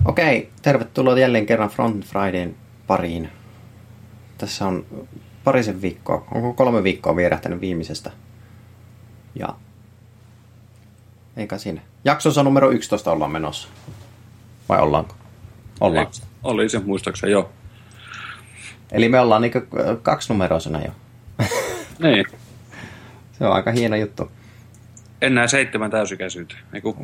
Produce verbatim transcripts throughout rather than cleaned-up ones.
Okei, tervetuloa jälleen kerran Front Fridayn pariin. Tässä on parisen viikkoa, onko kolme viikkoa vierähtänyt viimeisestä. Ja eikä siinä. Jaksossa numero yksitoista ollaan menossa. Vai ollaanko? Ollaan. Oli se muistaakseni jo. Eli me ollaan niinku kaksinumeroisena jo. Niin. Se on aika hieno juttu. Enää seitsemän täysikäisyyttä. Eiku...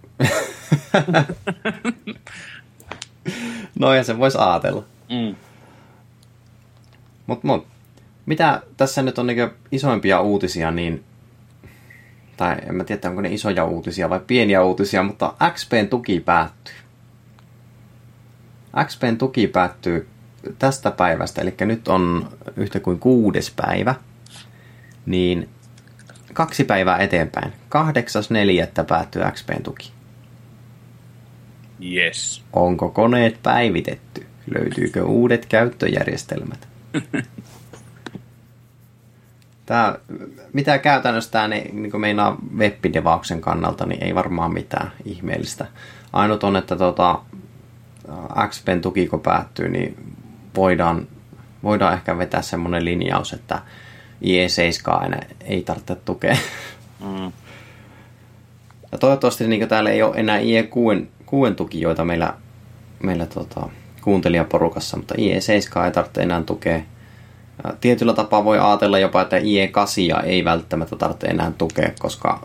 No ja sen voisi ajatella. Mm. Mut, mut, mitä tässä nyt on niinku isoimpia uutisia, niin... Tai en mä tiedä, onko ne isoja uutisia vai pieniä uutisia, mutta X P:n tuki päättyy. X P:n tuki päättyy tästä päivästä, eli nyt on yhtä kuin kuudes päivä, niin kaksi päivää eteenpäin. kahdeksas neljättä päättyy X P:n tuki. Yes. Onko koneet päivitetty? Löytyykö uudet käyttöjärjestelmät? Tää, mitä käytännössä tämä niin meinaa web-devauksen kannalta, niin ei varmaan mitään ihmeellistä. Ainut on, että tota, X P:n tuki kun päättyy, niin voidaan, voidaan ehkä vetää semmoinen linjaus, että I E seitsemän enää ei tarvitse tukea. Mm. Ja toivottavasti niin täällä ei ole enää I E kuusi tuki, joita meillä, meillä tota, kuuntelijaporukassa, mutta I E seitsemän ei tarvitse enää tukea. Ja tietyllä tapaa voi ajatella jopa, että I E kahdeksan ei välttämättä tarvitse enää tukea, koska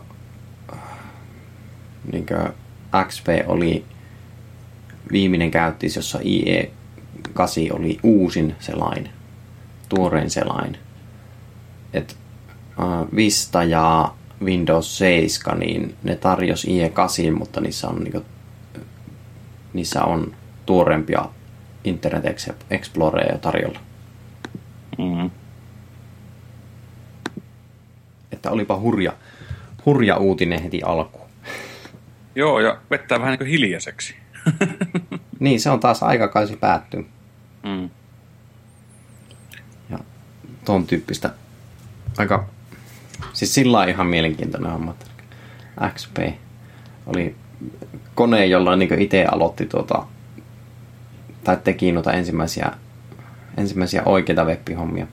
niin X P oli viimeinen käyttis, jossa I E kahdeksan oli uusin selain, tuorein selain. Et uh, Vista ja Windows seitsemän, niin ne tarjosi I E kahdeksan, mutta niissä on, niinku, niissä on tuorempia Internet Exploreja tarjolla. Mm-hmm. Että olipa hurja, hurja uutinen heti alkuun. Joo, ja vettää vähän niin kuin hiljaiseksi. Niin, se on taas aikakausi päättynyt. Mm. Ja ton tyyppistä aika, siis sillä on ihan mielenkiintoinen homma. X P oli kone, jolla niin itse aloitti tuota, tai teki noita ensimmäisiä, ensimmäisiä oikeita web-hommia.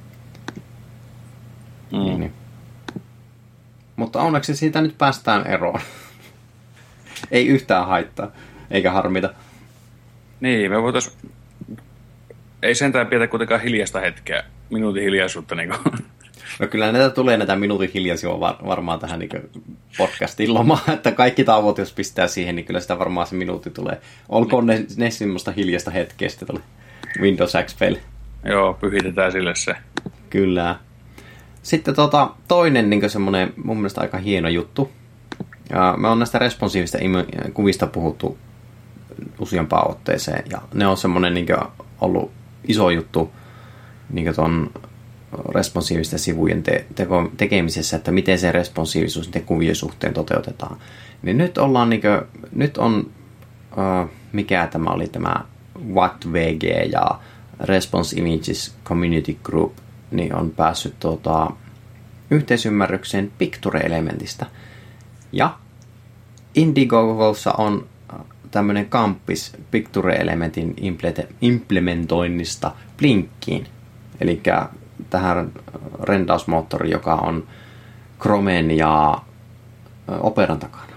Mm. Niin, niin. Mutta onneksi siitä nyt päästään eroon. Ei yhtään haittaa, eikä harmita. Niin, me voitais... Ei sentään pidetä kuitenkaan hiljaista hetkeä, minuutin hiljaisuutta. Niin no kyllä näitä tulee näitä minuutin hiljaisuutta var- varmaan tähän niin podcastiin lomaan, että kaikki tauot, jos pistää siihen, niin kyllä sitä varmaan se minuutti tulee. Olkoon ne, ne semmoista hiljaista hetkeä sitten tuolle Windows X P:lle. Joo, pyhitetään sille se. Kyllä. Sitten tota, toinen niin semmoinen mun mielestä aika hieno juttu. Ja me on näistä responsiivista kuvista puhuttu useampaan otteeseen, ja ne on semmoinen niin ollut iso juttu niin ton responsiivisten sivujen te- teko- tekemisessä, että miten se responsiivisuus niiden kuvien suhteen toteutetaan. Niin nyt ollaan niin kuin, nyt on uh, mikä tämä oli tämä W A T V G ja Response Images Community Group, niin on päässyt tuota, yhteisymmärrykseen Picture-elementistä. Ja Indiegogossa on tämmöinen kamppis Picture-elementin implementoinnista Blinkkiin. Eli tähän rendausmoottoriin, joka on Chromen ja Operan takana.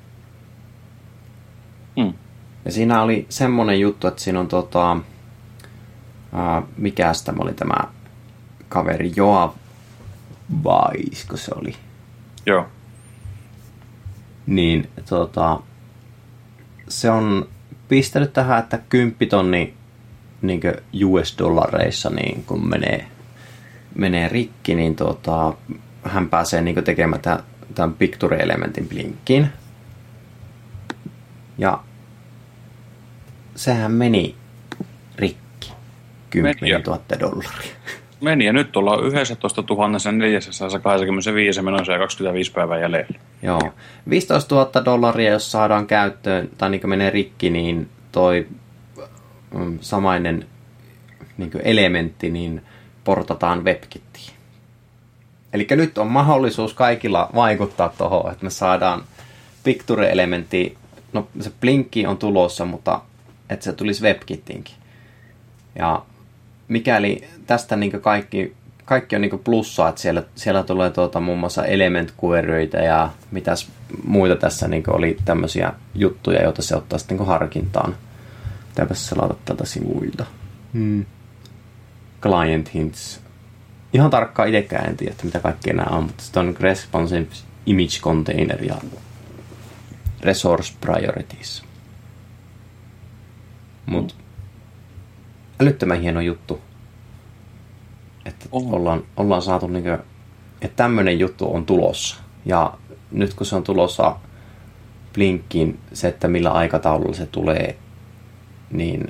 Mm. Ja siinä oli semmoinen juttu, että siinä on tota, uh, mikäs tämä oli tämä kaveri, Joa Vaisko se oli? Joo. Niin tota, se on pistänyt tähän, että kymppitonni niin U S-dollareissa niin kun menee, menee rikki, niin tota, hän pääsee niin tekemään tämän, tämän Picture-elementin Blinkkiin. Ja sehän meni rikki. kymmenen tuhatta dollaria. Meni, ja nyt ollaan yksitoista tuhatta neljäsataakahdeksankymmentäviisi menossa ja kaksikymmentäviisi päivää jäljellä. Joo. viisitoistatuhatta dollaria, jos saadaan käyttöön, tai niin menee rikki, niin toi mm, samainen niin elementti, niin portataan WebKittiin. Eli nyt on mahdollisuus kaikilla vaikuttaa tuohon, että me saadaan Picture-elementti, no se Blinkki on tulossa, mutta että se tulisi WebKittiinkin. Ja mikäli tästä niin kaikki, kaikki on niin plussaa, että siellä, siellä tulee tuota, muun muassa element-queryitä ja mitäs muita tässä niin oli tämmöisiä juttuja, joita se ottaa sitten niin harkintaan. Pitääpäs selata tältä sivuilta. Hmm. Client hints. Ihan tarkkaan itsekään en tiedä, että mitä kaikkea nämä on, mutta sitten on responsive image container ja resource priorities. Mut älyttömän hieno juttu, että oh. ollaan, ollaan saatu niinkö, että tämmönen juttu on tulossa. Ja nyt kun se on tulossa Blinkkiin, se, että millä aikataululla se tulee, niin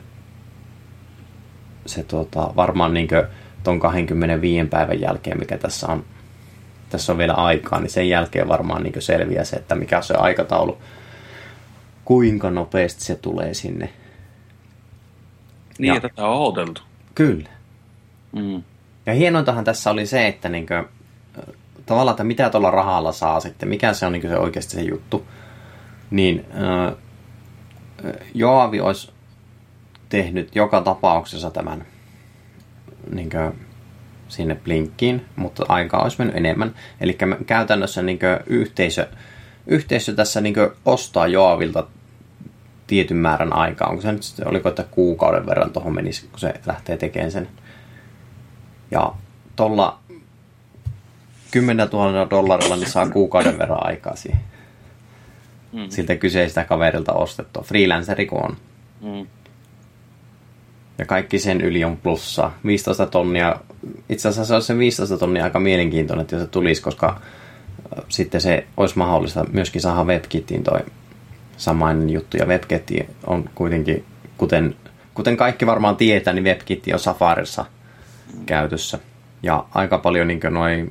se tuota, varmaan niinkö ton kaksikymmentäviisi päivän jälkeen, mikä tässä on, tässä on vielä aikaa, niin sen jälkeen varmaan niinkö selviää se, että mikä on se aikataulu, kuinka nopeasti se tulee sinne. Niin, ja tätä on odoteltu. Kyllä. Mm. Ja hienointahan tässä oli se, että niinkö, tavallaan, että mitä tuolla rahalla saa sitten, mikä se on niinkö se oikeasti se juttu, niin äh, Joavi olisi tehnyt joka tapauksessa tämän niinkö, sinne Blinkkiin, mutta aikaa olisi mennyt enemmän. Eli käytännössä niinkö, yhteisö, yhteisö tässä niinkö, ostaa Joavilta tietyn määrän aikaa. Onko se nyt, oliko, että kuukauden verran tuohon menisi, kun se lähtee tekemään sen. Ja tuolla kymmenen tuhatta dollarilla niin saa kuukauden verran aikaa siihen. Mm. Siltä kyseistä kaverilta ostettua. Freelanceri kun on. Mm. Ja kaikki sen yli on plussaa. viisitoista tonnia. Itse asiassa se olisi se viisitoista tonnia aika mielenkiintoinen, että jos se tulisi, koska sitten se olisi mahdollista myöskin saada WebKittiin toi samainen juttu. Ja WebKit on kuitenkin, kuten, kuten kaikki varmaan tietää, niin WebKit on Safarissa käytössä. Ja aika paljon niin noin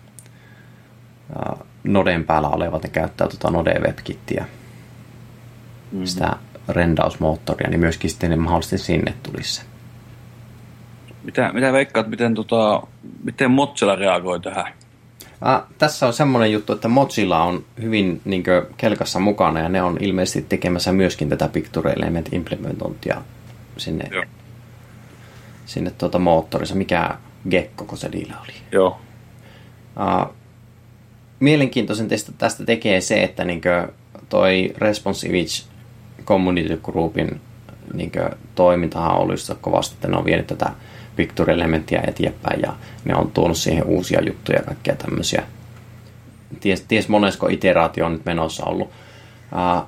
uh, Noden päällä olevat ne käyttää tuota Node WebKittiä. Mm-hmm. Sitä rendausmoottoria, niin myöskin sitten ne mahdollisesti sinne tulisi se. Mitä, mitä veikkaat, miten, tota, miten Mozilla reagoi tähän? Ah, tässä on semmoinen juttu, että Mozilla on hyvin niin kuin, kelkassa mukana ja ne on ilmeisesti tekemässä myöskin tätä Picture Element implementointia sinne, sinne tuota moottorissa. Mikä Gecko, kun se niillä oli. Joo. Ah, mielenkiintoisen tästä tekee se, että niin kuin, toi Responsive Community Groupin niin kuin, toimintahan on ollut kovasti, että ne on vienyt tätä Picture-elementtiä eteenpäin ja ne on tuonut siihen uusia juttuja ja kaikkia tämmöisiä. Ties, ties monesko iteraatio on nyt menossa ollut. Uh,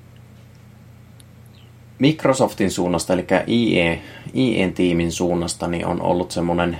Microsoftin suunnasta, eli I E, I E-tiimin suunnasta, niin on ollut semmoinen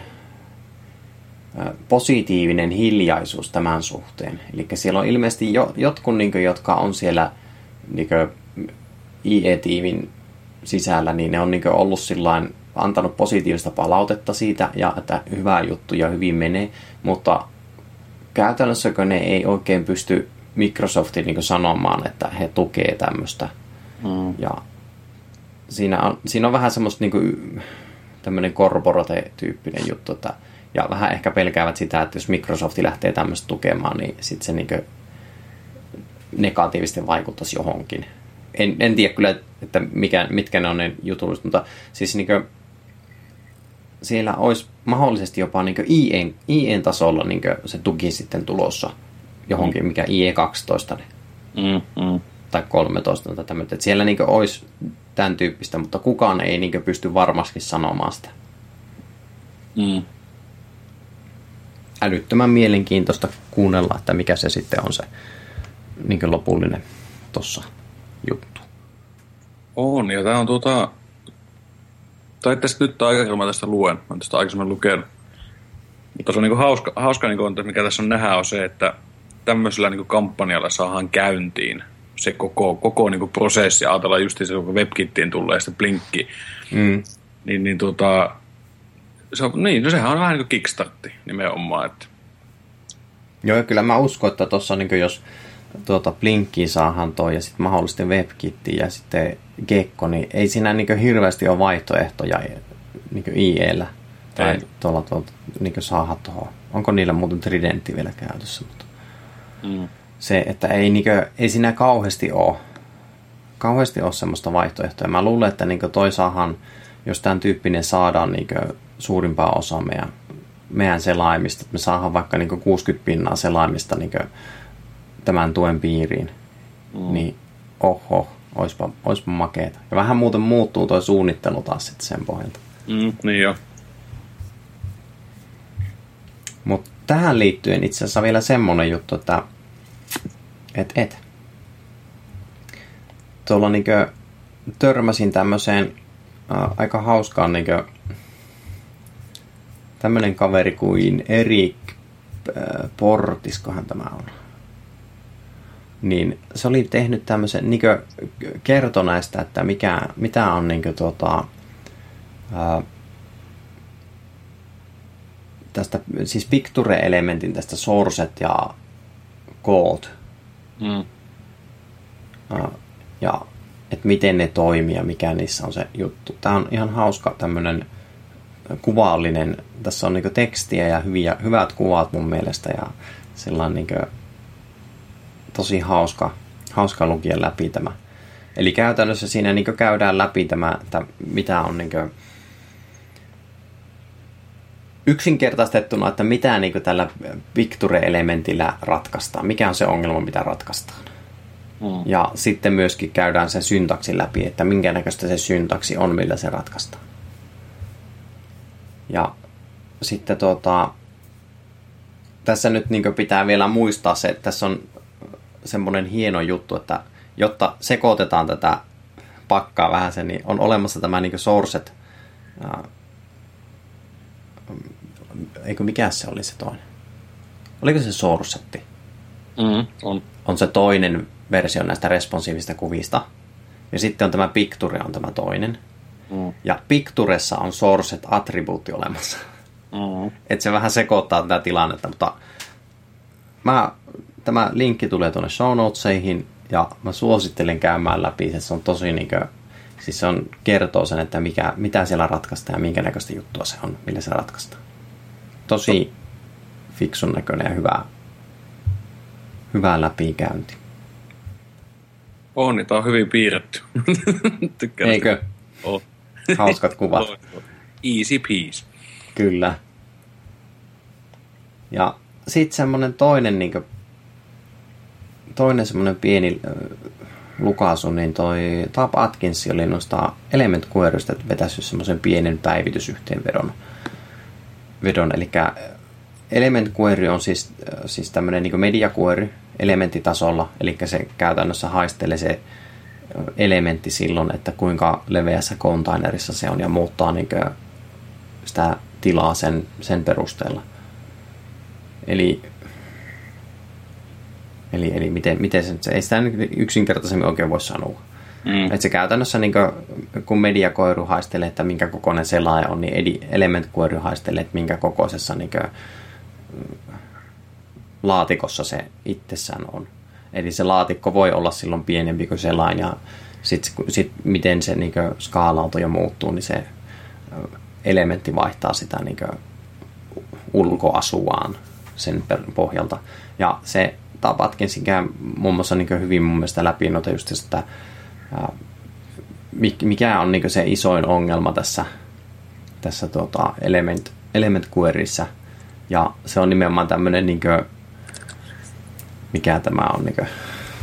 uh, positiivinen hiljaisuus tämän suhteen. Eli siellä on ilmeisesti jo, jotkut, niin kuin, jotka on siellä niin kuin, I E-tiimin sisällä, niin ne on niin kuin, ollut sillain antanut positiivista palautetta siitä ja että hyvää juttu ja hyvin menee, mutta käytännössä ne ei oikein pysty Microsoftin niin sanomaan, että he tukee tämmöistä. Mm. Ja siinä on, siinä on vähän semmoista niin tämmöinen corporate-tyyppinen juttu, että, ja vähän ehkä pelkäävät sitä, että jos Microsoft lähtee tämmöistä tukemaan, niin sitten se niin negatiivisesti vaikuttaisi johonkin. En, en tiedä kyllä, että mikä, mitkä ne on ne jutulliset, mutta siis niin kuin, siellä olisi mahdollisesti jopa niin I E, I E-tasolla niin se tuki sitten tulossa johonkin, mikä I E kaksitoista mm, mm. tai kolmetoista tai tämmöistä. Että siellä niin olisi tämän tyyppistä, mutta kukaan ei niin pysty varmasti sanomaan sitä. Mm. Älyttömän mielenkiintoista kuunnella, että mikä se sitten on se niin lopullinen tossa juttu. On, ja tämä on tuota... Tai tästä nyt aikaisemmin mä tästä luen, mä oon tästä aikaisemmin lukenut. Mutta se on niinku hauska, hauska niinku, mikä tässä on nähdä, on se, että tämmöisellä niinku kampanjalla saadaan käyntiin se koko, koko niinku prosessi. Ajatellaan just se, kun WebKittiin tulee sitten Blinkki. Mm. Niin, niin, tuota, se on, niin, no sehän on vähän niin kuin Kickstartti nimenomaan. Että. Joo, kyllä mä uskon, että tuossa niin jos tuota Blinkkiin saadaan toi ja sitten mahdollisesti WebKitti ja sitten Gecko, niin ei siinä niin hirveästi ole vaihtoehtoja niin I E:llä tai tuolla tuolta niin saada tuohon. Onko niillä muuten Tridentti vielä käytössä? Mutta mm. se, että ei, niin kuin, ei siinä kauheasti ole, kauheasti ole semmoista vaihtoehtoa. Mä luulen, että niin toi saahan, jos tämän tyyppinen saadaan niin suurimpaa osaa meidän, meidän selaimista, että me saadaan vaikka niin kuusikymmentä pinnaa selaimista niin tämän tuen piiriin, mm. niin oho, oispa, oispa makeeta. Ja vähän muuten muuttuu tuo suunnittelu taas sitten sen pohjalta. Mm, niin jo. Mutta tähän liittyen itse asiassa vielä semmoinen juttu, että et, et. Tuolla niinkö törmäsin tämmöiseen äh, aika hauskaan niinkö tämmöinen kaveri kuin Erik äh, Portiskohan tämä on. Niin se oli tehnyt tämmöisen, niinkö kertoi näistä, että mikä, mitä on niinkö tota äh, tästä, siis Picture-elementin tästä sourcet ja code. Mm. Uh, ja että miten ne toimii ja mikä niissä on se juttu. Tämä on ihan hauska tämmöinen kuvallinen, tässä on niinku tekstiä ja hyviä, hyvät kuvat mun mielestä ja sellainen niinku tosi hauska, hauska lukia läpi tämä. Eli käytännössä siinä niinku käydään läpi tämä, että mitä on niinku yksinkertaistettuna, että mitä niin tällä Picture-elementillä ratkaistaan. Mikä on se ongelma, mitä ratkaistaan. Mm. Ja sitten myöskin käydään sen syntaksi läpi, että minkä näköistä se syntaksi on, millä se ratkaistaan. Ja sitten tuota, tässä nyt niin pitää vielä muistaa se, että tässä on semmoinen hieno juttu, että jotta sekoitetaan tätä pakkaa vähän sen, niin on olemassa tämä niin sourcet. Eikö mikä se oli se toinen? Oliko se sourcetti? Mm, on. On se toinen versio näistä responsiivista kuvista. Ja sitten on tämä Picture on tämä toinen. Mm. Ja Picturessa on sourcet-attribuutti olemassa. Mm. Että se vähän sekoittaa tätä tilannetta, mutta mä, tämä linkki tulee tuonne show notesihin ja mä suosittelen käymään läpi. Se on tosi niinkö, siis se on, kertoo sen, että mikä, mitä siellä ratkaistaan ja minkä näköistä juttua se on, millä se ratkaistaan. Tosi fiksun näköinen ja hyvä, hyvä läpikäynti. On, niin tää on hyvin piirretty. Tykkään. Eikö? Oh. Hauskat kuvat. Easy peasy. Kyllä. Ja sitten semmonen toinen, niin kuin, toinen semmonen pieni äh, lukaisu, niin toi Tab Atkins oli noista Element Querystä vetässyt semmoisen pienen päivitysyhteenvedon. Vedon, eli Element Query on siis, siis tämmöinen niin media query elementtitasolla, eli se käytännössä haistelee se elementti silloin, että kuinka leveässä containerissa se on ja muuttaa niin sitä tilaa sen, sen perusteella. Eli, eli, eli miten, miten se, se ei sitä yksinkertaisemmin oikein voi sanoa. Mm. Että se käytännössä, niin kuin, kun media query haistelee, että minkä kokoinen selaaja on, niin Element Query haistelee, että minkä kokoisessa niin kuin, laatikossa se itsessään on. Eli se laatikko voi olla silloin pienempi kuin selain, ja sitten sit, miten se niin kuin, skaalautuu ja muuttuu, niin se elementti vaihtaa sitä niin kuin, ulkoasuaan sen pohjalta. Ja se Tapatkin sikään muun muassa niin kuin, hyvin mun mielestä läpi noita just sitä, mikä on niin se isoin ongelma tässä, tässä tuota element, element queryssä. Ja se on nimenomaan tämmöinen, niin kuin, mikä tämä on, niin kuin,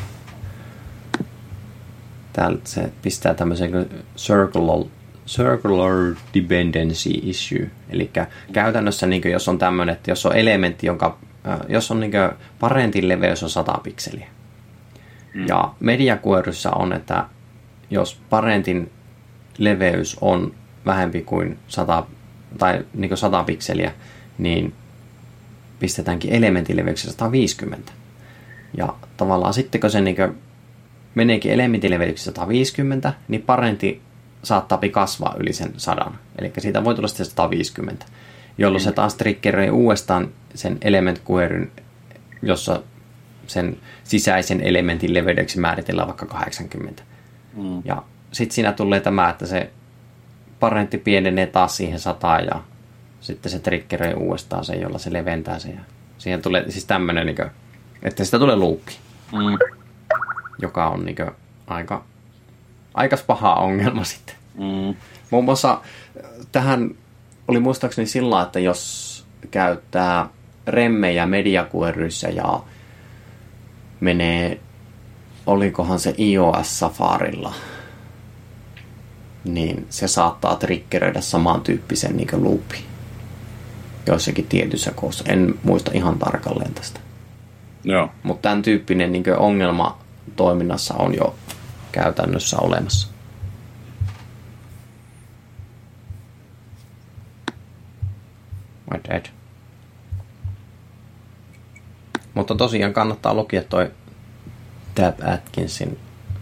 täältä se pistää tämmöisen circular, circular dependency issue. Eli käytännössä, niin kuin, jos on tämmöinen, että jos on elementti, jonka, jos on niin kuin, parentin leveys on sata pikseliä. Mm. Ja media queryssä on, että jos parentin leveys on vähempi kuin sata, tai niin kuin sata pikseliä, niin pistetäänkin elementin leveyksessä sata viisikymmentä. Ja tavallaan sitten, kun se niin kuin meneekin elementin leveyksessä sata viisikymmentä, niin parentti saattaa kasvaa yli sen sadan. Eli siitä voi tulla sitten sata viisikymmentä, jolloin mm. se taas triggeröi uudestaan sen element queryn, jossa sen sisäisen elementin leveydeksi määritellään vaikka kahdeksankymmentä. Mm. Ja sitten siinä tulee tämä, että se parentti pienenee taas siihen sataan ja sitten se triggeröi uudestaan sen, jolla se leventää sen. Ja siihen tulee siis tämmöinen, että sitä tulee luukki, mm. joka on niin aika aikas paha ongelma sitten. Mm. Muun muassa tähän oli muistaakseni sillä, että jos käyttää remmejä mediaqueryissä ja menee, olikohan se iOS Safarilla, niin se saattaa triggeröidä samantyyppisen niin kuin loopin joissakin tietyissä koossa. En muista ihan tarkalleen tästä. Joo. Mutta tämän tyyppinen niin kuin ongelma toiminnassa on jo käytännössä olemassa. Dead. Mutta tosiaan kannattaa lukea toi Tab Atkinsin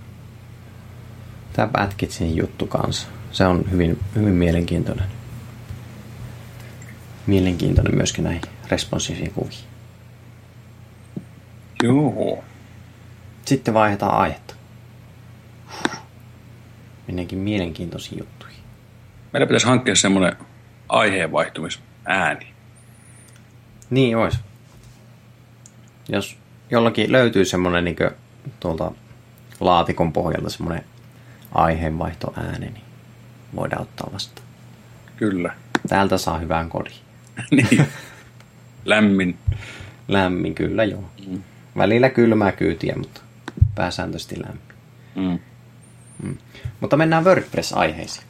Tab Atkinsin juttu kanssa. Se on hyvin, hyvin mielenkiintoinen. Mielenkiintoinen myöskin näihin responsiiviin kuviin. Joo. Sitten vaihdetaan aihetta. Mennäänkin mielenkiintoisiin juttuihin. Meidän pitäisi hankkia semmoinen aiheenvaihtumisääni. Niin ois. Jos jollakin löytyy semmoinen niin tuolta laatikon pohjalta semmoinen aiheenvaihtoääni, niin voidaan ottaa vastaan. Kyllä. Täältä saa hyvän kodin. Niin. Lämmin. Lämmin, kyllä joo. Mm. Välillä kylmää kyytiä, mutta pääsääntöisesti lämmin. Mm. Mm. Mutta mennään WordPress-aiheisiin.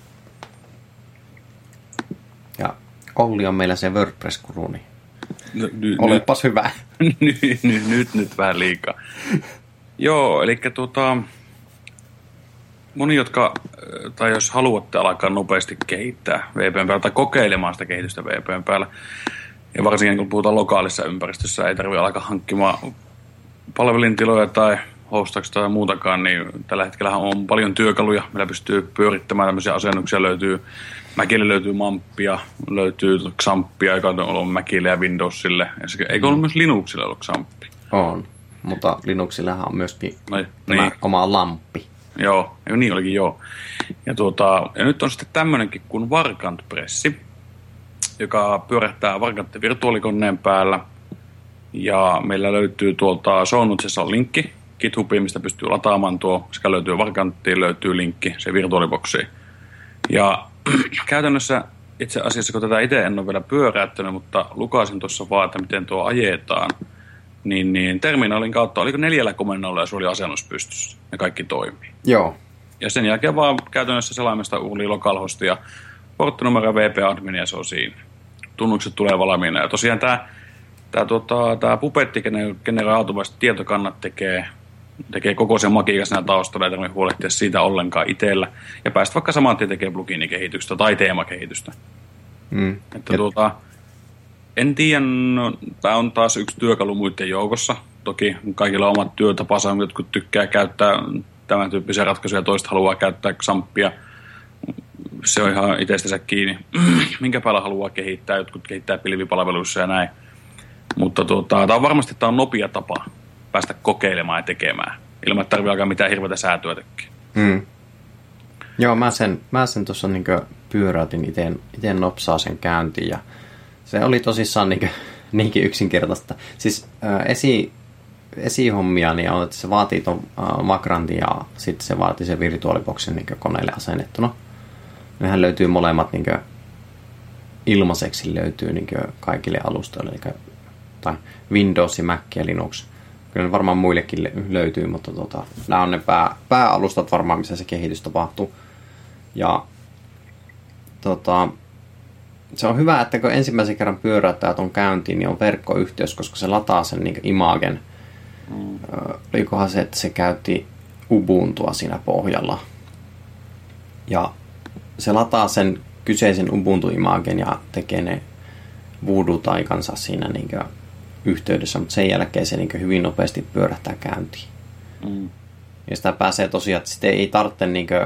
Ja Olli on meillä se WordPress-guru, niin no, ny, olepas nyt, hyvä. nyt, nyt, nyt, nyt vähän liikaa. Joo, eli tuota, moni, jotka, tai jos haluatte alkaa nopeasti kehittää V P N päällä tai kokeilemaan sitä kehitystä V P N päällä, ja varsinkin kun puhutaan lokaalissa ympäristössä, ei tarvitse alkaa hankkimaan palvelintiloja tai hostauksia tai muutakaan, niin tällä hetkellä on paljon työkaluja, millä pystyy pyörittämään tämmöisiä asennuksia. Löytyy, Macille löytyy Mamppia, löytyy Xampia, joka on ollut Macille ja Windowsille. Eikö ollut myös Linuxille ollut Xampi? On, mutta Linuxillahan on myöskin no, tämä niin. oma lamppi. Joo, niin olikin joo. Ja, tuota, ja nyt on sitten tämmöinenkin kuin Varkant-pressi, joka pyörähtää Varkantin virtuaalikoneen päällä. Ja meillä löytyy tuolta show notesissa on linkki GitHubiin, mistä pystyy lataamaan tuo. Sekä löytyy Varkanttiin, löytyy linkki se virtuaaliboksiin. Ja käytännössä itse asiassa, kun tätä itse en ole vielä pyöräyttänyt, mutta lukasin tuossa vaan, että miten tuo ajetaan, niin, niin terminaalin kautta, oliko neljällä komennolla ja se oli asennus pystyssä ja kaikki toimii. Joo. Ja sen jälkeen vaan käytännössä selaimesta uuli localhosti ja porttinumero V P-admin ja se on siinä. Tunnukset tulee valmiina. Ja tosiaan tämä Tämä, tuota, tämä Pupetti generoi automaattisesti tietokannat tekee, tekee koko sen magiikan siinä taustalla, ei tarvitse huolehtia siitä ollenkaan itsellä. Ja päästä vaikka saman tien tekee pluginikehitystä tai teemakehitystä. Mm. Että tuota, en tiedä, no, tämä on taas yksi työkalu muiden joukossa. Toki kaikilla on omat työtapansa, jotkut tykkää käyttää tämän tyyppisiä ratkaisuja, toista haluaa käyttää Xampia. Se on ihan itsestänsä kiinni. Minkä päällä haluaa kehittää, jotkut kehittää pilvipalveluissa ja näin. Mutta tuota, tämä on varmasti tämä on nopea tapa päästä kokeilemaan ja tekemään, ilman että tarvitse alkaa mitään hirveätä säätöä tekemään. Mm. Joo, mä sen, mä sen tuossa niin pyöräytin itse nopsaa sen käyntiin ja se oli tosissaan niin niinkin yksinkertaista. Siis äh, esi, esihommia niin on, että se vaatii tuon äh, Vagrantin ja sitten se vaatii sen virtuaaliboksin niin koneelle asennettuna. Nehän löytyy molemmat niin ilmaiseksi löytyy niin kaikille alustoille, eli tai Windows ja Mac ja Linux. Kyllä ne varmaan muillekin löytyy, mutta tota, nämä on ne pää, pääalustat varmaan, missä se kehitys tapahtuu. Ja tota, se on hyvä, että kun ensimmäisen kerran pyöräyttää tuon käyntiin, niin on verkkoyhteys, koska se lataa sen niin imagen. Mm. Olikohan se, että se käytti Ubuntua siinä pohjalla. Ja se lataa sen kyseisen Ubuntu-imagen ja tekee ne voodoo-taikansa siinä niin yhteydessä, mutta sen jälkeen se niin hyvin nopeasti pyörähtää käyntiin. Mm. Ja sitä pääsee tosiaan, että sitten ei tarvitse niin kuin,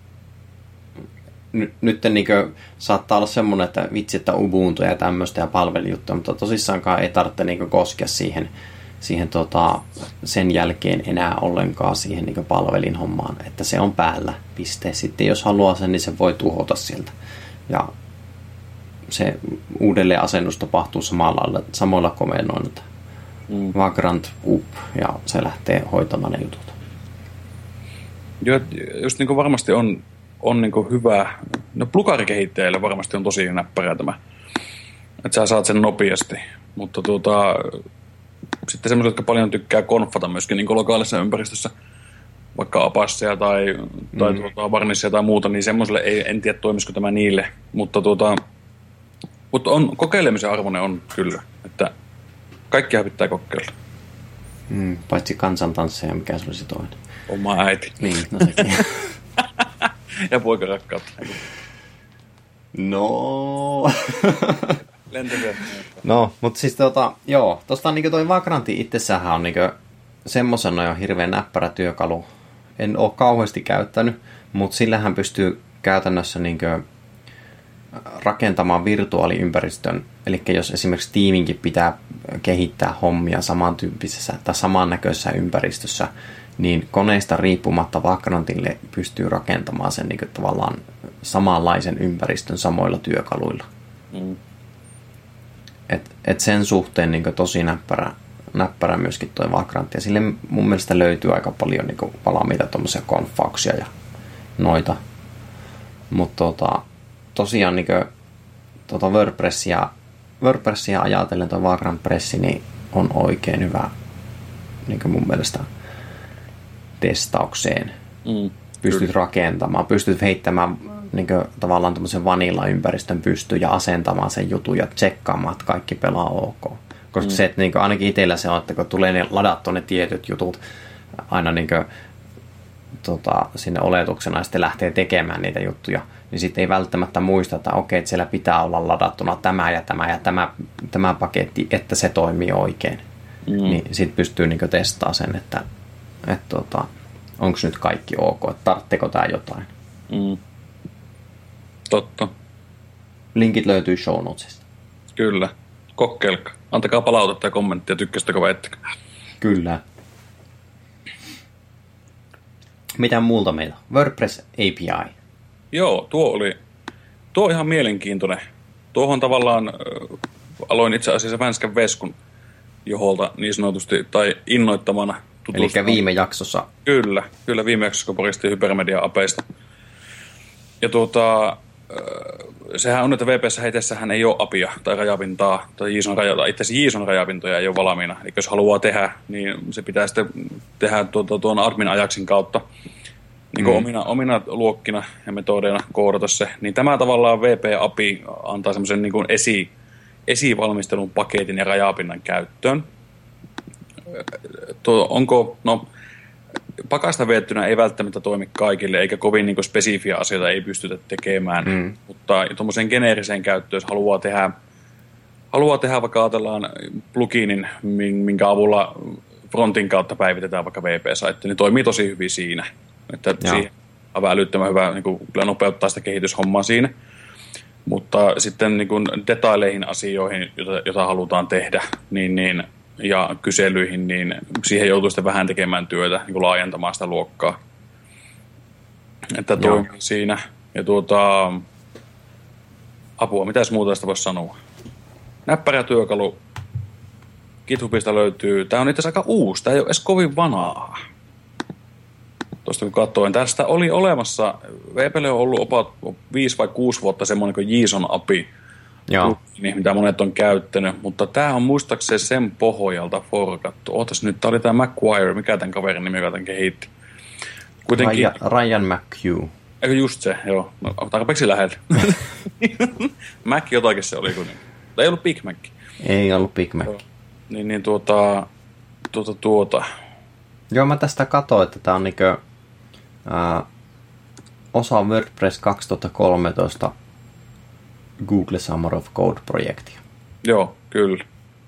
n- nyt niin kuin, saattaa olla semmoinen, että vitsi, että Ubuntu ja tämmöistä ja palvelijuttuja, mutta tosissaankaan ei tarvitse niin kuin, koskea siihen, siihen tota, sen jälkeen enää ollenkaan siihen niin kuin, palvelin hommaan, että se on päällä, piste. Sitten jos haluaa sen, niin se voi tuhota sieltä. Ja se uudelleen asennus tapahtuu samalla, samoilla komennoilla. Mm. Vagrant up ja se lähtee hoitamaan ne jutut. Joo, just niin kuin varmasti on, on niin kuin hyvä, no plukarikehittäjille varmasti on tosi näppärää tämä, että sä saat sen nopeasti, mutta tuota, sitten semmoiset, jotka paljon tykkää konfata myöskin niin kuin lokaalissa ympäristössä, vaikka apasseja tai, tai mm. tuota, varnissia tai muuta, niin semmoiselle ei, en tiedä toimisiko tämä niille, mutta, tuota, mutta on, kokeilemisen arvoinen on kyllä, että kaikkia pitää kokeilla. Mm, paitsi kansantansseja, mikä se olisi toinen. Oma äiti. Niin, no sekin. Ja poikarakkautta. No. Lentäviä. No, mutta siis tota, joo, tosta niinku toi Vagranti itsessähän on niinku semmosena jo hirveän näppärä työkalu. En oo kauheasti käyttänyt, mutta sillähän pystyy käytännössä niinku rakentamaan virtuaaliympäristön. Eli jos esimerkiksi tiiminkin pitää kehittää hommia samantyyppisessä tai samannäköisessä ympäristössä, niin koneista riippumatta Vagrantille pystyy rakentamaan sen niin kuin tavallaan samanlaisen ympäristön samoilla työkaluilla. Mm. Et, et sen suhteen niin kuin tosi näppärä, näppärä myöskin toi Vagrant. Ja sille mun mielestä löytyy aika paljon niin kuin valmiita tommosia konfauksia ja noita. Mutta tota, tosiaan niin kuin, tota WordPressia, WordPressia ajatellen toi Vagrant Pressi niin on oikein hyvä niin kuin mun mielestä testaukseen. Mm, pystyt kyllä rakentamaan, pystyt heittämään niin kuin, tavallaan tämmöisen vanilla-ympäristön pystyyn ja asentamaan sen jutun ja tsekkaamaan, että kaikki pelaa ok. Koska mm. se, että niin kuin, ainakin itsellä se on, että kun tulee ne ladattu ne tietyt jutut aina niin kuin, tota, sinne oletuksena ja sitten lähtee tekemään niitä juttuja, niin sitten ei välttämättä muista, että okei, että siellä pitää olla ladattuna tämä ja tämä ja tämä, tämä paketti, että se toimii oikein. Mm. Niin sitten pystyy niin kuin, testaamaan sen, että että tota, onko nyt kaikki ok, että tarvitseeko tämä jotain. Mm. Totta. Linkit löytyy show notesista. Kyllä. Kokeilkaa. Antakaa palautetta ja kommenttia, tykkäsittekö vai ettekö. Kyllä. Mitä muulta meillä? WordPress A P I. Joo, tuo oli tuo on ihan mielenkiintoinen. Tuohon tavallaan äh, aloin itse asiassa Vänskän Veskun joholta niin sanotusti, tai innoittamana eli viime jaksossa. Kyllä, kyllä viime jaksossa, kun poristiin Hypermedia-apeista. Ja tuota, sehän on, että V P S-heitessähän ei ole apia tai rajapintaa, tai JSON raja, itse asiassa JSON rajapintoja ei ole valmiina. Eli jos haluaa tehdä, niin se pitää sitten tehdä tuota, tuon admin ajaksin kautta, niin kuin mm. omina, omina luokkina ja metodeina koodata se. Niin tämä tavallaan V P-A P I antaa semmoisen niin kuin esi, esivalmistelun paketin ja rajapinnan käyttöön. Tuo, onko, no, pakasta veettynä ei välttämättä toimi kaikille, eikä kovin niin kuin spesifiä asioita ei pystytä tekemään, mm. mutta tuommoiseen geneeriseen käyttöön, jos haluaa tehdä, haluaa tehdä vaikka ajatellaan pluginin, minkä avulla frontin kautta päivitetään vaikka V P-saitti, niin toimii tosi hyvin siinä. Että siihen on älyttömän hyvä niin kuin, kyllä nopeuttaa sitä kehityshommaa siinä. Mutta sitten niin kuin detaileihin asioihin, jota, jota halutaan tehdä, niin, niin ja kyselyihin, niin siihen joutuu sitten vähän tekemään työtä, niin kuin laajentamaan sitä luokkaa. Että toimii siinä. Ja tuota, apua, mitäs muuta tästä voisi sanoa? Näppärä työkalu GitHubista löytyy. Tämä on itse asiassa aika uusi, tämä ei ole edes kovin vanhaa. Tuosta kun katsoin, tästä oli olemassa, V P:lle on ollut opat viisi vai kuusi vuotta semmoinen kuin JSON A P I, niin, mitä monet on käyttänyt, mutta tämä on muistaakseni sen pohjalta forkattu. Ootas nyt, tämä oli tämä McGuire, mikä tämän kaverin nimi, joka tämän kehitti. Kuitenkin, Ryan, Ryan McHugh. Eikö just se, joo. No, tarpeeksi lähellä. Mac jotakin se oli. Kun... Tai ei ollut Big Mac. Ei ollut Big Mac. Joo. Niin, niin tuota, tuota, tuota. Joo, mä tästä katsoin, että tämä on niinku, äh, osa WordPress kaksituhattakolmetoista Google Summer of Code-projektia. Joo, kyllä.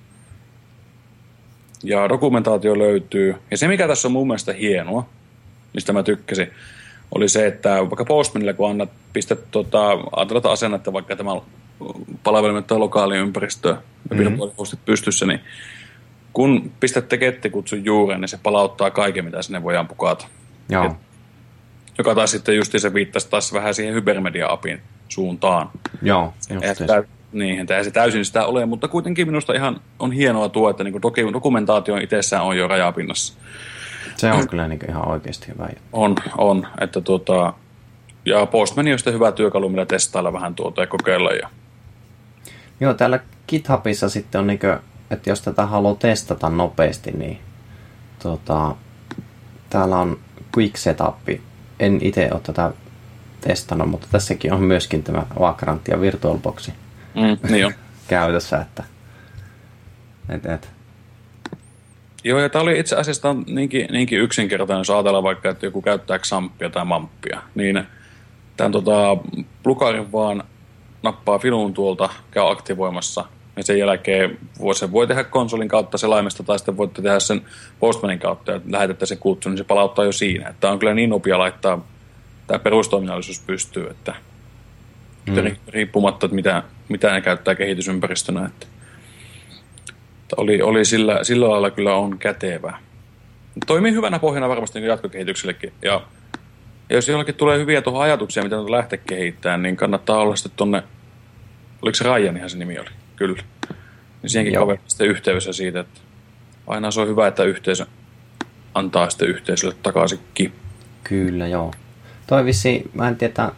Ja dokumentaatio löytyy. Ja se, mikä tässä on mun mielestä hienoa, mistä mä tykkäsin, oli se, että vaikka Postmanille, kun annat, pistät, tota, ajatellaan asennetta vaikka tämä palvelimet tai lokaali ympäristöön ja mm-hmm. pidät postit pystyssä, niin kun pistätte gettikutsun juureen, niin se palauttaa kaiken, mitä sinne voidaan pukata. Joo. Et, joka taas sitten just se viittasi taas vähän siihen Hypermedia-apin suuntaan. Joo, just se. Niin, ei se täysin sitä ole, mutta kuitenkin minusta ihan on hienoa tuo, että niin dokumentaatio itsessään on jo rajapinnassa. Se on kyllä niin ihan oikeasti hyvä juttu. On, on. Että tuota, ja Postman on sitten hyvä työkalu, millä testailla vähän tuota ja kokeilla. Ja... Joo, täällä GitHubissa sitten on, niin kuin, että jos tätä haluaa testata nopeasti, niin tuota, täällä on Quick Setup. En itse ole tätä testannut, mutta tässäkin on myöskin tämä Vagrant ja VirtualBox mm, niin on. käytössä. Että, et, et. Joo, ja tämä oli itse asiassa niinkin, niinkin yksinkertainen, jos ajatellaan vaikka, että joku käyttää Xampia tai Mampia, niin tämän tota, plukarin vaan nappaa filun tuolta, käy aktivoimassa, ja sen jälkeen sen voi tehdä konsolin kautta selaimesta, tai sitten voitte tehdä sen Postmanin kautta, ja lähetätte sen kutsun, niin se palauttaa jo siinä. Tämä on kyllä niin nopea laittaa, tämä perustoiminnallisuus pystyy, että mm. riippumatta, että mitä, mitä ne käyttää kehitysympäristönä, että Oli, oli sillä, sillä lailla kyllä on kätevää. Toimii hyvänä pohjana varmasti niin jatkokehityksellekin. Ja, ja jos jollakin tulee hyviä tuohon ajatuksia, mitä tuota lähteä kehittämään, niin kannattaa olla sitten tuonne, oliko se Ryan se nimi oli? Kyllä. Niin siihenkin kaverilla sitten yhteydessä siitä, että aina se on hyvä, että yhteisö antaa sitten yhteisölle takaisinkin. Kyllä, joo. Toi vissiin, mä en tiedä,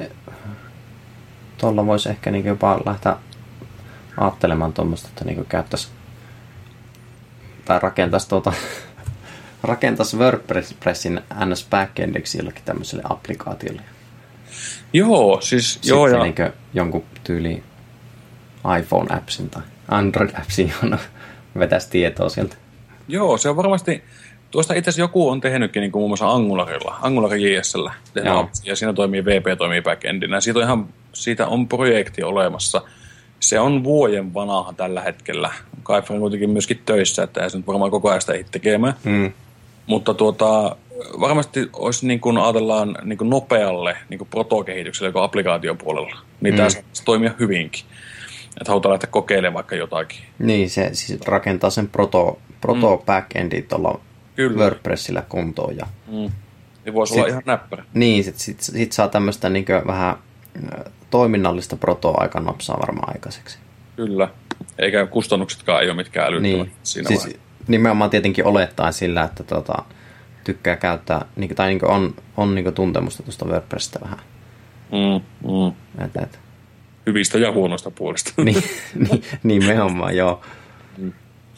tuolla voisi ehkä niin jopa lähteä ajattelemaan tuommoista, että niin käyttäisi tai rakentaisi tuota rakentaisi WordPressin ns backendiksi jollekin tämmöiselle applikaatiolle. Joo, siis sitten joo ja niin jonkun tyyli iPhone-appsin tai Android-appsin, johon vetäisi tietoa sieltä. Joo, se on varmasti, tuosta itse asiassa joku on tehnytkin niin kuin muun muassa Angularilla, Angular J S:llä, ja siinä toimii V P, toimii backendinä. Siitä on ihan, siitä on projekti olemassa. Se on vuoden vanha tällä hetkellä. Kaifra on kuitenkin myöskin töissä, että ei se nyt varmaan koko ajan sitä itse tekemään. Mm. Mutta tuota, varmasti olisi niin kuin ajatellaan niin kuin nopealle niin kuin protokehitykselle, joka applikaatiopuolella, niin mm. tämä saisi toimia hyvinkin. Että halutaan lähteä kokeilemaan vaikka jotakin. Niin, se siis rakentaa sen proto, proto mm. backendin tuolla WordPressillä kuntoon. Ja mm. niin voisi sit, olla ihan näppärä. Niin, sitten sit, sit saa tämmöistä niin kuin vähän toiminnallista protoa aika nopsaa varmaan aikaiseksi. Kyllä. Eikä kustannuksetkaan ei ole mitkään älyttömät niin. siinä siis vaiheessa. Nimenomaan tietenkin olettaen sillä, että tota, tykkää käyttää, niin, tai niin on, on niin tuntemusta tuosta WordPressistä vähän. Mm, mm. Et, et. Hyvistä ja huonoista puolista. niin, niin, nimenomaan, joo. Mm.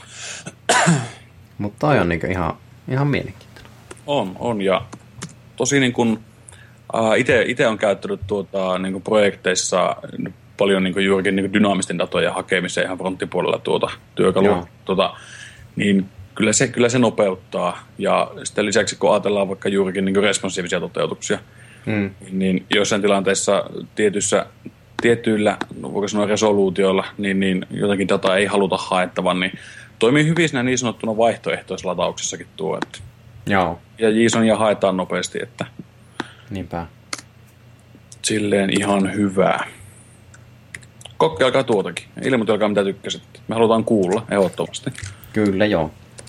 Mutta toi on niin ihan, ihan mielenkiintoinen. On, on. Ja tosi niin kuin Uh, Itse olen käyttänyt tuota, niin kuin projekteissa paljon niin kuin juurikin niin kuin dynaamisten datojen hakemiseen ihan fronttipuolella tuota työkalua. Tuota, niin kyllä se, kyllä se nopeuttaa. Ja sitten lisäksi kun ajatellaan vaikka juurikin niin kuin responsiivisia toteutuksia, hmm. niin jossain tilanteessa tietyissä, tietyillä, voiko sanoa resoluutioilla, niin, niin jotakin dataa ei haluta haettavan, niin toimii hyvin siinä niin sanottuna vaihtoehtoisessa latauksessakin tuo. Että Joo. Ja JSONia haetaan nopeasti, että niinpä. Silleen ihan hyvää. Kokkeilkaa tuotakin. Ilmoitelkaa mitä tykkäsitte. Me halutaan kuulla ehdottomasti. Kyllä joo.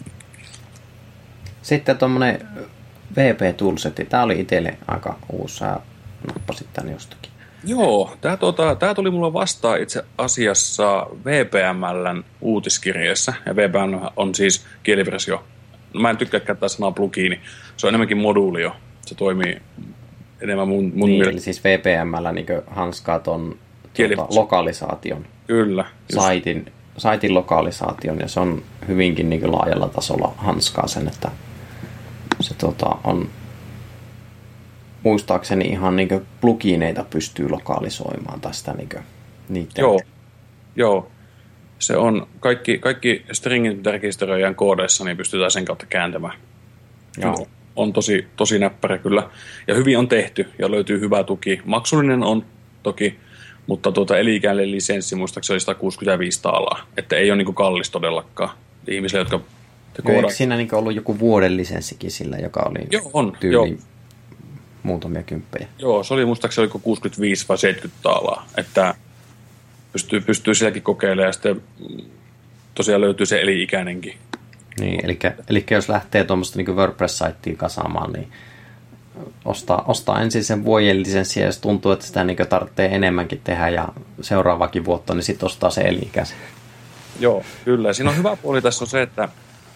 Sitten tuommoinen V P-toolsetti. Tää oli itselle aika uusi. Sä nappasit tän jostakin. Joo. Tää, tuota, tää tuli mulla vastaan itse asiassa V P M:n uutiskirjeessä. Ja V P M on siis kieliversio. Mä en tykkää käyttää sanaa plugiini. Se on enemmänkin moduulio. Se toimii enemmän mun, mun niin, eli siis V P M:llä niin hanskaa ton tuota, lokalisaation. Kyllä. Saitin, saitin lokalisaation, ja se on hyvinkin niin laajalla tasolla hanskaa sen, että se tuota, on muistaakseni ihan niin plugineita pystyy lokalisoimaan tästä niin niiden. Joo, joo. Se on kaikki, kaikki stringit, mitä rekisteröidään koodeissa, niin pystytään sen kautta kääntämään. Joo. On tosi, tosi näppärä kyllä. Ja hyvin on tehty ja löytyy hyvä tuki. Maksullinen on toki, mutta tuota eli-ikäinen lisenssi muistaakseni oli sata kuusikymmentäviisi taalaa. Että ei ole niin kuin kallis todellakaan ihmisille, jotka koodaa. Eikö siinä niin ollut joku vuoden lisenssikin sillä, joka oli joo, on, tyyli joo. muutamia kymppejä? Joo, se oli muistaakseni oliko kuusikymmentäviisi vai seitsemänkymmentä taalaa. Että pystyy, pystyy sielläkin kokeilemaan ja sitten tosiaan löytyy se eli-ikäinenkin. Niin, eli, eli jos lähtee tuommoista niin WordPress-saittia kasaamaan, niin ostaa, ostaa ensin sen vuoden lisenssin, ja jos tuntuu, että sitä niin tarvitsee enemmänkin tehdä ja seuraavakin vuotta, niin sitten ostaa se eli-ikäisen. Joo, kyllä. Siinä on hyvä puoli tässä on se, että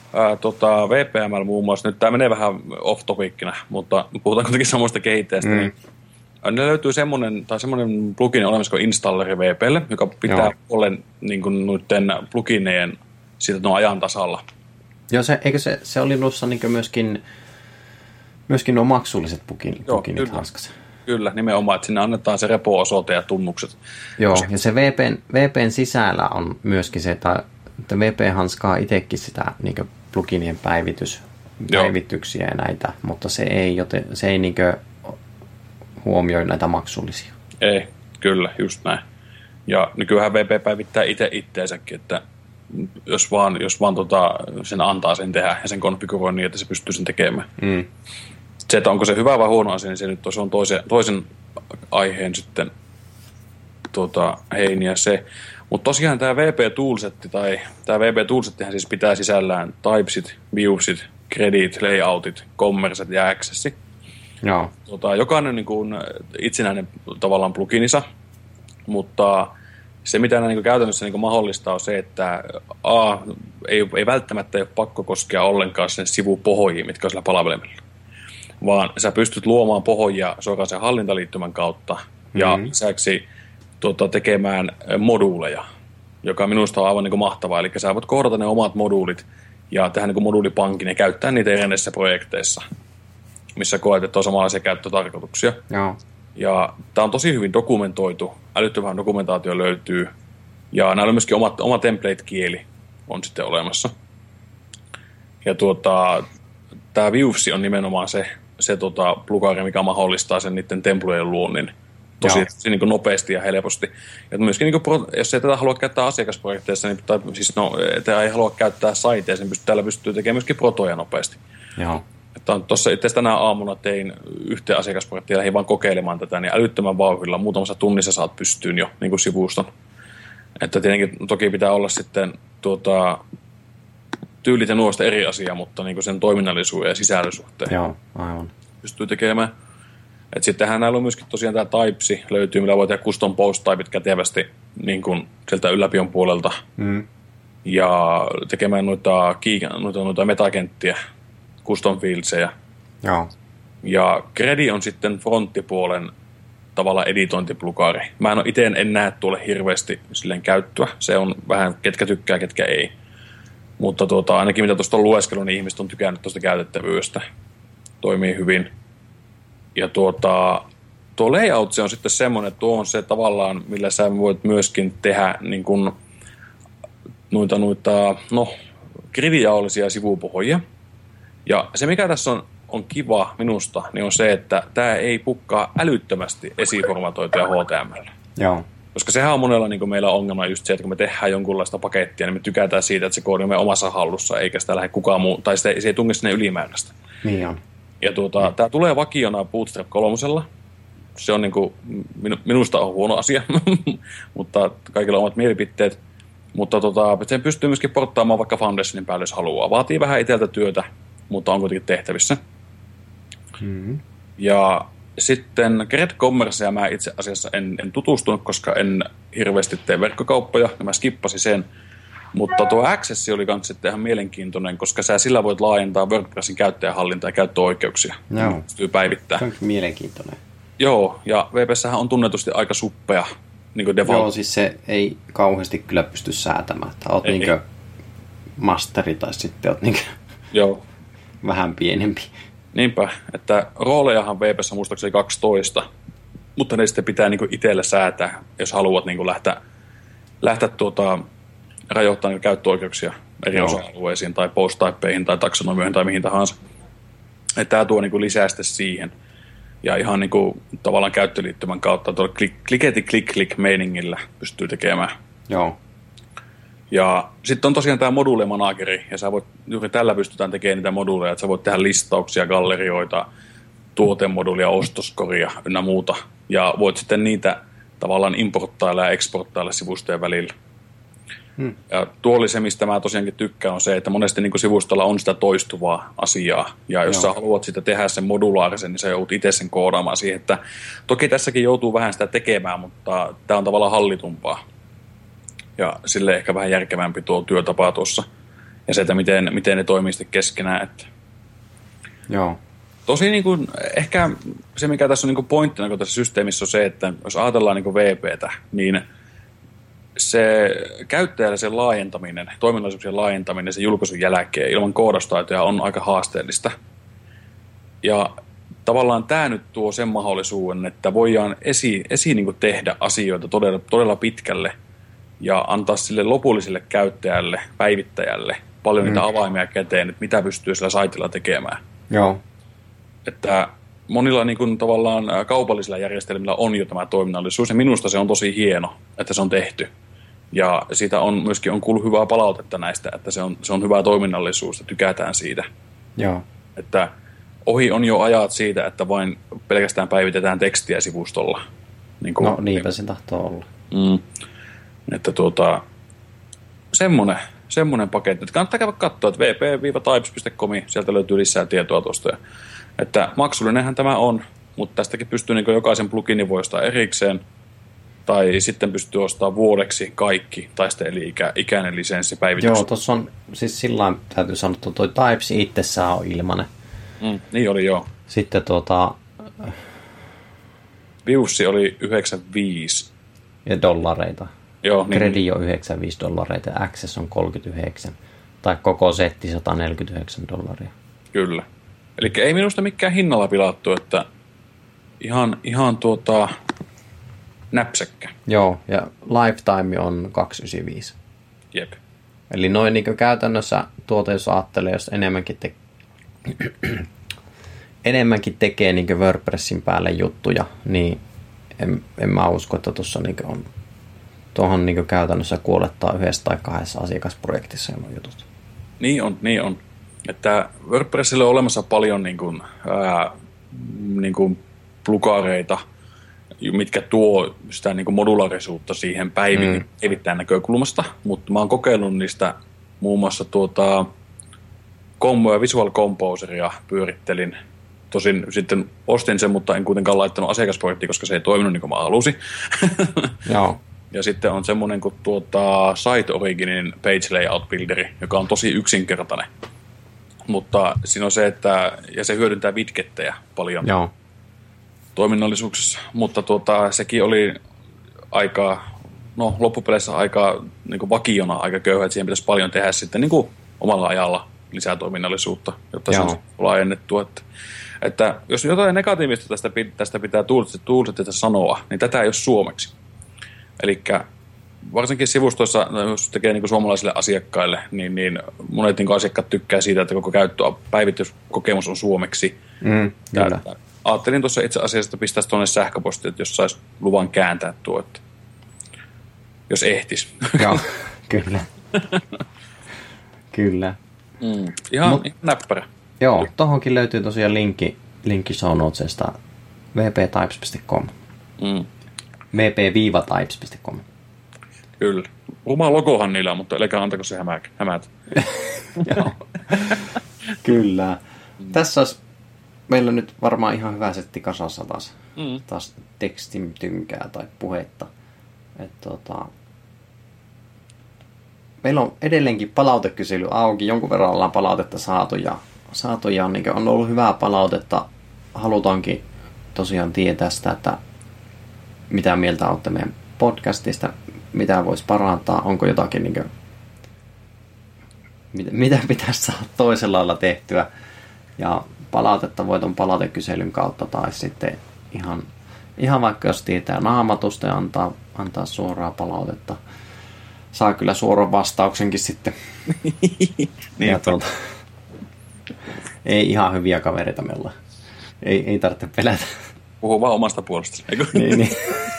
ää, tota, V P M muun muassa, nyt tämä menee vähän off-topickinä, mutta puhutaan kuitenkin samasta kehittäjästä, mm. niin ne löytyy semmoinen, tai semmoinen plugin olemassa kuin installeri V P:lle, joka pitää Joo. ollen niin kuin noiden pluginejen siitä no ajan tasalla. Joo, se, eikö se, se oli noissa niin myöskin, myöskin nuo maksulliset pluginit kyllä, hanskassa? Kyllä, nimenomaan, että sinne annetaan se repo-osoite ja tunnukset. Joo, ja se V P:n, V P:n sisällä on myöskin se, että V P hanskaa itsekin sitä niin pluginien päivitys, päivityksiä ja näitä, mutta se ei, joten, se ei niin huomioi näitä maksullisia. Ei, kyllä, just näin. Ja nykyään V P päivittää itse itteensäkin, että jos vaan, jos vaan tota, sen antaa sen tehdä ja sen konfiguroi niin, että se pystyy sen tekemään. Mm. Se, että onko se hyvä vai huono asia, niin se nyt on toisen, toisen aiheen sitten tuota, heiniä se. Mutta tosiaan tämä V P-toolsetti, tai tämä V P-toolsettihan siis pitää sisällään typesit, viewsit, credit, layoutit, commercet ja accessi. Joo. Tota, jokainen niin kuin itsenäinen tavallaan pluginisa, mutta se mitä niin kuin käytännössä niin kuin mahdollista on se, että A, ei, ei välttämättä ole pakko koskea ollenkaan sen sivupohjiin, mitkä on sillä palvelimella, vaan sä pystyt luomaan pohjia suoraan sen hallintaliittymän kautta ja mm-hmm. lisäksi tuota, tekemään moduuleja, joka minusta on aivan niin kuin mahtavaa. Eli sä voit kohdata ne omat moduulit ja tehdä niin kuin moduulipankin ja käyttää niitä erinäisissä projekteissa, missä koet, että on samanlaisia käyttötarkoituksia. Joo. Ja tämä on tosi hyvin dokumentoitu, älyttömän dokumentaatio löytyy, ja näillä on myöskin oma, oma template-kieli on sitten olemassa. Ja tuota, tämä Views on nimenomaan se, se tota, plugari, mikä mahdollistaa sen niiden templujen luonnin tosi, tosi niin kuin nopeasti ja helposti. Ja myöskin, niin kuin, jos ei tätä halua käyttää asiakasprojekteissa, niin, tai siis no, tätä ei halua käyttää saiteessa, niin täällä pystyy tekemään myöskin protoja nopeasti. Joo. Tuossa itse tänä aamuna tein yhteen asiakasprojektiin ja lähdin vaan kokeilemaan tätä, niin älyttömän vauhdilla muutamassa tunnissa saat pystyyn jo niin kuin sivuston. Että tietenkin toki pitää olla sitten tuota, tyylit ja nuosta eri asia, mutta niin kuin sen toiminnallisuuden ja sisällön suhteen Joo, aivan. pystyy tekemään. Et sittenhän näillä on myöskin tosiaan tämä Typesi löytyy, millä voi tehdä custom post typeit kätevästi niin kuin sieltä ylläpion puolelta. Mm. Ja tekemään noita, noita, noita metakenttiä, custom fieldseja. Joo. Ja Credi on sitten fronttipuolen tavallaan editointiplugari. Mä en ole itse en näe tuolle hirveästi silleen käyttöä. Se on vähän ketkä tykkää, ketkä ei. Mutta tuota, ainakin mitä tuosta on lueskellut, niin ihmiset on tykännyt tuosta käytettävyydestä. Toimii hyvin. Ja tuota, tuo layout se on sitten semmoinen, että tuo on se tavallaan, millä sä voit myöskin tehdä niin kuin noita, noita no, gridiaolisia sivupohjia. Ja se, mikä tässä on, on kiva minusta, niin on se, että tämä ei pukkaa älyttömästi esiformatoituja H T M L. Joo. Koska sehän on monella niin kuin meillä ongelma just se, että kun me tehdään jonkunlaista pakettia, niin me tykätään siitä, että se koodi on meidän omassa hallussa, eikä sitä lähde kukaan muu, tai sitä, se ei tunne sinne ylimääräistä. Niin on. Ja tuota, mm. tämä tulee vakiona Bootstrap kolmosella. Se on niin kuin, minusta on huono asia, mutta kaikilla on omat mielipiteet. Mutta tota, sen pystyy myöskin porttaamaan vaikka Foundationin päälle, jos haluaa. Vaatii vähän itseltä työtä, mutta on kuitenkin tehtävissä. Mm-hmm. Ja sitten Gred Commercea mä itse asiassa en, en tutustunut, koska en hirveästi tee verkkokauppoja, ja mä skippasin sen. Mutta tuo Access oli myös sitten ihan mielenkiintoinen, koska sä sillä voit laajentaa WordPressin käyttäjähallintaa ja käyttöoikeuksia. Joo. Pystyy päivittämään. Se onkin mielenkiintoinen. Joo, ja V P S:hän on tunnetusti aika suppea. Niin kuin default. Joo, siis se ei kauheasti kyllä pysty säätämään. Että oot niin kuin masteri tai sitten oot niin Joo. vähän pienempi. Niinpä, että roolejahan V P:ssä muistaakseni kaksitoista, mutta ne sitten pitää niin itselle säätää, jos haluat niin lähteä, lähteä tuota, rajoittamaan niin käyttöoikeuksia eri Joo. osa-alueisiin tai post-typeihin tai taksonomioihin tai mihin tahansa. Että tämä tuo niin lisää sitten siihen. Ja ihan niin kuin, tavallaan käyttöliittymän kautta tuolla kliketi-klik-klik-meiningillä pystyy tekemään. Joo. Ja sitten on tosiaan tämä moduulimanageri, ja sä voit, juuri tällä pystytään tekemään niitä moduuleja, että sä voit tehdä listauksia, gallerioita, tuotemoduulia, ostoskoria ynnä muuta. Ja voit sitten niitä tavallaan importtailla ja eksporttailla sivustojen välillä. Hmm. Ja tuo oli se, mistä mä tosiaankin tykkään, on se, että monesti niin kuin sivustolla on sitä toistuvaa asiaa. Ja jos Joo. sä haluat sitä tehdä sen modulaarisen, niin sä joudut itse sen koodaamaan siihen. Että toki tässäkin joutuu vähän sitä tekemään, mutta tämä on tavallaan hallitumpaa. Ja sille ehkä vähän järkevämpi tuo työtapa tuossa. ja se, että miten, miten ne toimii sitten keskenään. Että. Joo. Tosi niin kuin, ehkä se, mikä tässä on niin kuin pointtina tässä systeemissä on se, että jos ajatellaan niin kuin V P:tä, niin se käyttäjälle sen laajentaminen, toiminnallisuuksien laajentaminen sen julkaisun jälkeen ilman koodastaitoja on aika haasteellista. Ja tavallaan tämä nyt tuo sen mahdollisuuden, että voidaan esi, esi niin kuin tehdä asioita todella, todella pitkälle ja antaa sille lopulliselle käyttäjälle, päivittäjälle paljon mm. niitä avaimia käteen, että mitä pystyy sillä saitilla tekemään. Joo. Että monilla niin kuin, tavallaan kaupallisilla järjestelmillä on jo tämä toiminnallisuus, ja minusta se on tosi hieno, että se on tehty. Ja siitä on myöskin on kuullut hyvää palautetta näistä, että se on, se on hyvää toiminnallisuus, ja tykätään siitä. Joo. Että ohi on jo ajat siitä, että vain pelkästään päivitetään tekstiä sivustolla. Niin kuin, no niinpä se tahtoo olla. Mm, että tuota, semmoinen, semmoinen paketti. Että kannattaa käydä katsoa, että v p types piste com, sieltä löytyy lisää tietoa tuosta. Että maksullinenhan tämä on, mutta tästäkin pystyy niin jokaisen pluginin voi ostaa erikseen, tai sitten pystyy ostamaan vuodeksi kaikki, tai sitten eli ikä, ikäinen lisenssi päivitys. Joo, tuossa on, siis sillä täytyy sanoa, että toi Types itsessään on ilmanen. Mm, niin oli, joo. Sitten tuota... Viussi oli yhdeksänkymmentäviisi. Ja dollareita. Joo, niin. Credi on yhdeksänkymmentäviisi dollareita, Access on kolmekymmentäyhdeksän. Tai koko setti sata neljäkymmentäyhdeksän dollaria. Kyllä. Eli ei minusta mikään hinnalla pilattu, että ihan, ihan tuota näpsäkkä. Joo, ja lifetime on kaksisataayhdeksänkymmentäviisi. Jep. Eli noin niin käytännössä tuote, jos ajattelee, jos enemmänkin, te- enemmänkin tekee niin WordPressin päälle juttuja, niin en, en mä usko, että tuossa niin on tuohon niin käytännössä kuolettaa yhdessä tai kahdessa asiakasprojektissa ilman jutut. Niin on, niin on. Että WordPressille on olemassa paljon niin kuin, ää, niin kuin plugareita, mitkä tuo sitä niin kuin modulaarisuutta siihen päivin, mm. päivittäin näkökulmasta, mutta mä oon kokeillut niistä muun muassa tuota Combo ja Visual Composeria pyörittelin. Tosin sitten ostin sen, mutta en kuitenkaan laittanut asiakasprojektiin, koska se ei toiminut niin kuin mä halusin. Joo. Ja sitten on semmoinen kuin tuota Site Originin Page Layout Builderi, joka on tosi yksinkertainen. Mutta siinä on se, että ja se hyödyntää widgettejä paljon. Joo. Toiminnallisuuksissa, mutta tuota, sekin oli aika, no loppupeleissä aika niin kuin vakiona aika köyhä, että siihen pitäisi paljon tehdä sitten niin kuin omalla ajalla lisää toiminnallisuutta, jotta Joo. se on laajennettu. Että, että jos jotain negatiivista tästä, tästä pitää Toolsetista sanoa, niin tätä ei ole suomeksi. Eli varsinkin sivustoissa, jos tekee niin kuin suomalaisille asiakkaille, niin, niin monet niin kuin asiakkaat tykkää siitä, että koko käyttöpäivityskokemus on suomeksi. Mm, kyllä. Ajattelin tuossa itse asiassa, että pistäisi tuonne sähköpostiin, että jos saisi luvan kääntää tuo, että jos ehtis. Joo, kyllä. Kyllä. Mm, ihan, Mut, ihan näppärä. Joo, tohonkin löytyy tosiaan linkki, linkki show notesista w p types piste com. Mm. w p types piste com. Kyllä. Oma logohan niillä on, mutta älkää antako se hämätä. Joo. Kyllä. Mm. Tässä olisi meillä on nyt varmaan ihan hyvä setti kasassa taas, mm. taas tekstin tynkää tai puhetta. Et tota, meillä on edelleenkin palautekysely auki. Jonkun verran ollaan palautetta saatu ja, saatu ja niin on ollut hyvää palautetta. Halutaankin tosiaan tietää sitä, että mitä mieltä olette meidän podcastista, mitä voisi parantaa, onko jotakin, niin kuin, mitä, mitä pitäisi saada toisella lailla tehtyä. Ja palautetta voi tuon palautekyselyn kautta tai sitten ihan, ihan vaikka jos tietää naamatusta ja antaa, antaa suoraa palautetta. Saa kyllä suoran vastauksenkin sitten. Ja tuota, ei ihan hyviä kavereita me ollaan. Ei, ei tarvitse pelätä. Puhu vaan omasta puolestasi. niin, niin.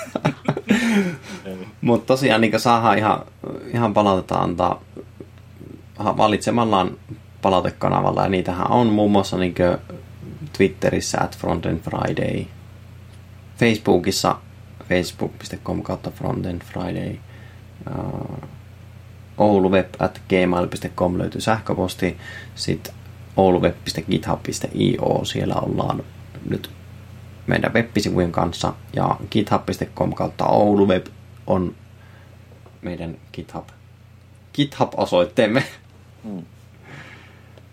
Mutta tosiaan niin saadaan ihan, ihan palautetta antaa valitsemallaan palautekanavalla, ja niitähän on muun muassa niin Twitterissä at Frontend Friday, Facebookissa facebook piste com kautta Frontend Friday, uh, ouluweb at gmail piste com löytyy sähköposti, sitten ouluweb piste github piste i o, siellä ollaan nyt meidän web-sivujen kanssa, ja github piste com kautta ouluweb on meidän GitHub, GitHub-osoitteemme. Hmm.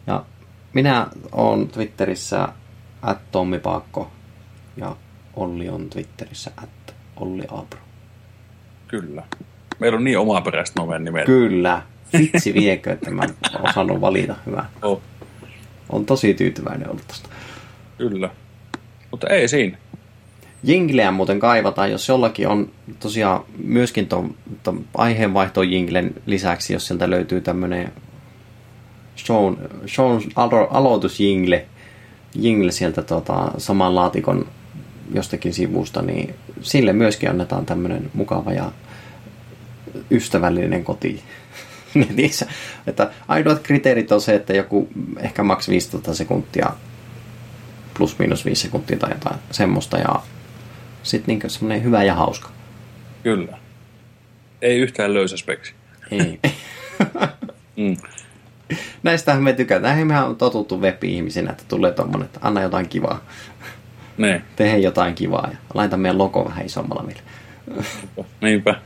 Ja minä olen Twitterissä at Tommi Paakko ja Olli on Twitterissä at Olli Aapro. Kyllä. Meillä on niin omaperäistä nomen nimeä. Kyllä. Vitsi viekö, että mä en osannut valita hyvää. Oh. On tosi tyytyväinen ollut tosta. Kyllä. Mutta ei siinä. Jingleä muuten kaivataan, jos jollakin on tosiaan myöskin tuon aiheenvaihtoon jinglen lisäksi, jos sieltä löytyy tämmönen shown, shown alo, aloitusjingle jingle sieltä tota, saman laatikon jostakin sivusta, niin sille myöskin annetaan tämmönen mukava ja ystävällinen koti netissä. Että ainoat kriteerit on se, että joku ehkä maks viisitoista sekuntia plus miinus viisi sekuntia tai jotain semmoista ja sitten niinkö semmoinen hyvä ja hauska. Kyllä. Ei yhtään löysä speksi. Ei. mm. Näistähän me tykätään. Mehän on totuttu web-ihmisinä, että tulee tommonen, että anna jotain kivaa. Ne. Tehe jotain kivaa ja laita meidän logo vähän isommalla vielä. Niinpä.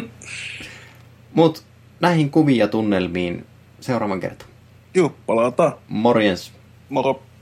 Mut näihin kuviin ja tunnelmiin seuraavan kertaan. Juu, palataan. Morjens. Moro.